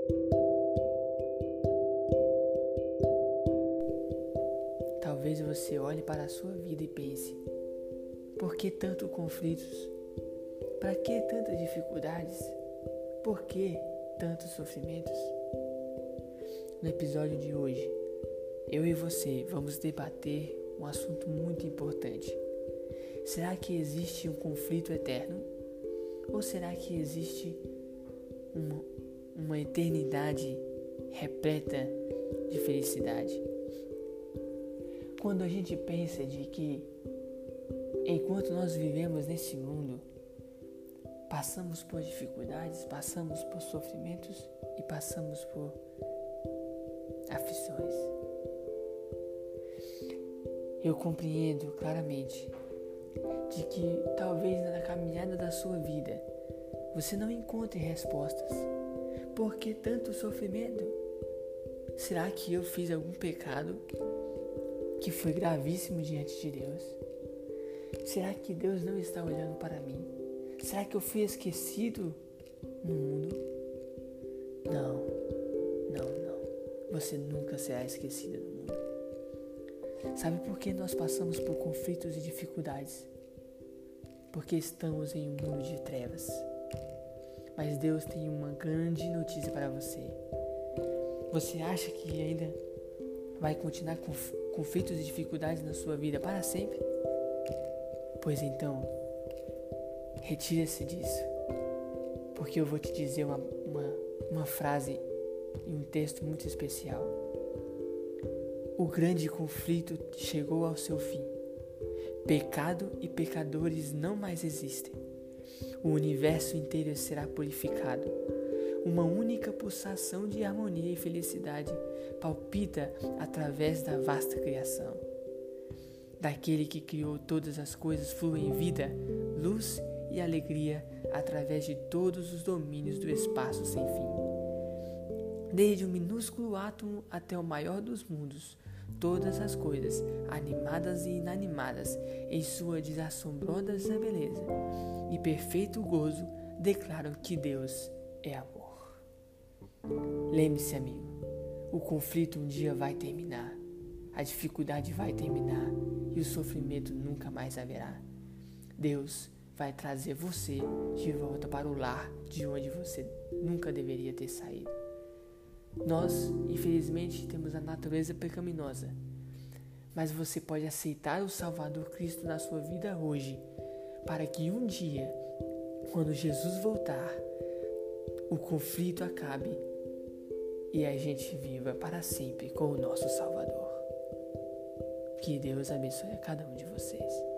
Talvez você olhe para a sua vida e pense: por que tantos conflitos? Para que tantas dificuldades? Por que tantos sofrimentos? No episódio de hoje, eu e você vamos debater um assunto muito importante. Será que existe um conflito eterno? Ou será que existe uma eternidade repleta de felicidade? Quando a gente pensa de que enquanto nós vivemos nesse mundo, passamos por dificuldades, passamos por sofrimentos e passamos por aflições. Eu compreendo claramente de que talvez na caminhada da sua vida você não encontre respostas. Por que tanto sofrimento? Será que eu fiz algum pecado que foi gravíssimo diante de Deus? Será que Deus não está olhando para mim? Será que eu fui esquecido no mundo? Não. Você nunca será esquecido no mundo. Sabe por que nós passamos por conflitos e dificuldades? Porque estamos em um mundo de trevas. Mas Deus tem uma grande notícia para você. Você acha que ainda vai continuar com conflitos e dificuldades na sua vida para sempre? Pois então, retire-se disso. Porque eu vou te dizer uma frase e um texto muito especial. O grande conflito chegou ao seu fim. Pecado e pecadores não mais existem. O universo inteiro será purificado. Uma única pulsação de harmonia e felicidade palpita através da vasta criação. Daquele que criou todas as coisas fluem vida, luz e alegria através de todos os domínios do espaço sem fim. Desde o minúsculo átomo até o maior dos mundos, todas as coisas, animadas e inanimadas, em sua desassombrada beleza e perfeito gozo, declaram que Deus é amor. Lembre-se, amigo, o conflito um dia vai terminar, a dificuldade vai terminar e o sofrimento nunca mais haverá. Deus vai trazer você de volta para o lar de onde você nunca deveria ter saído. Nós, infelizmente, temos a natureza pecaminosa, mas você pode aceitar o Salvador Cristo na sua vida hoje, para que um dia, quando Jesus voltar, o conflito acabe e a gente viva para sempre com o nosso Salvador. Que Deus abençoe a cada um de vocês.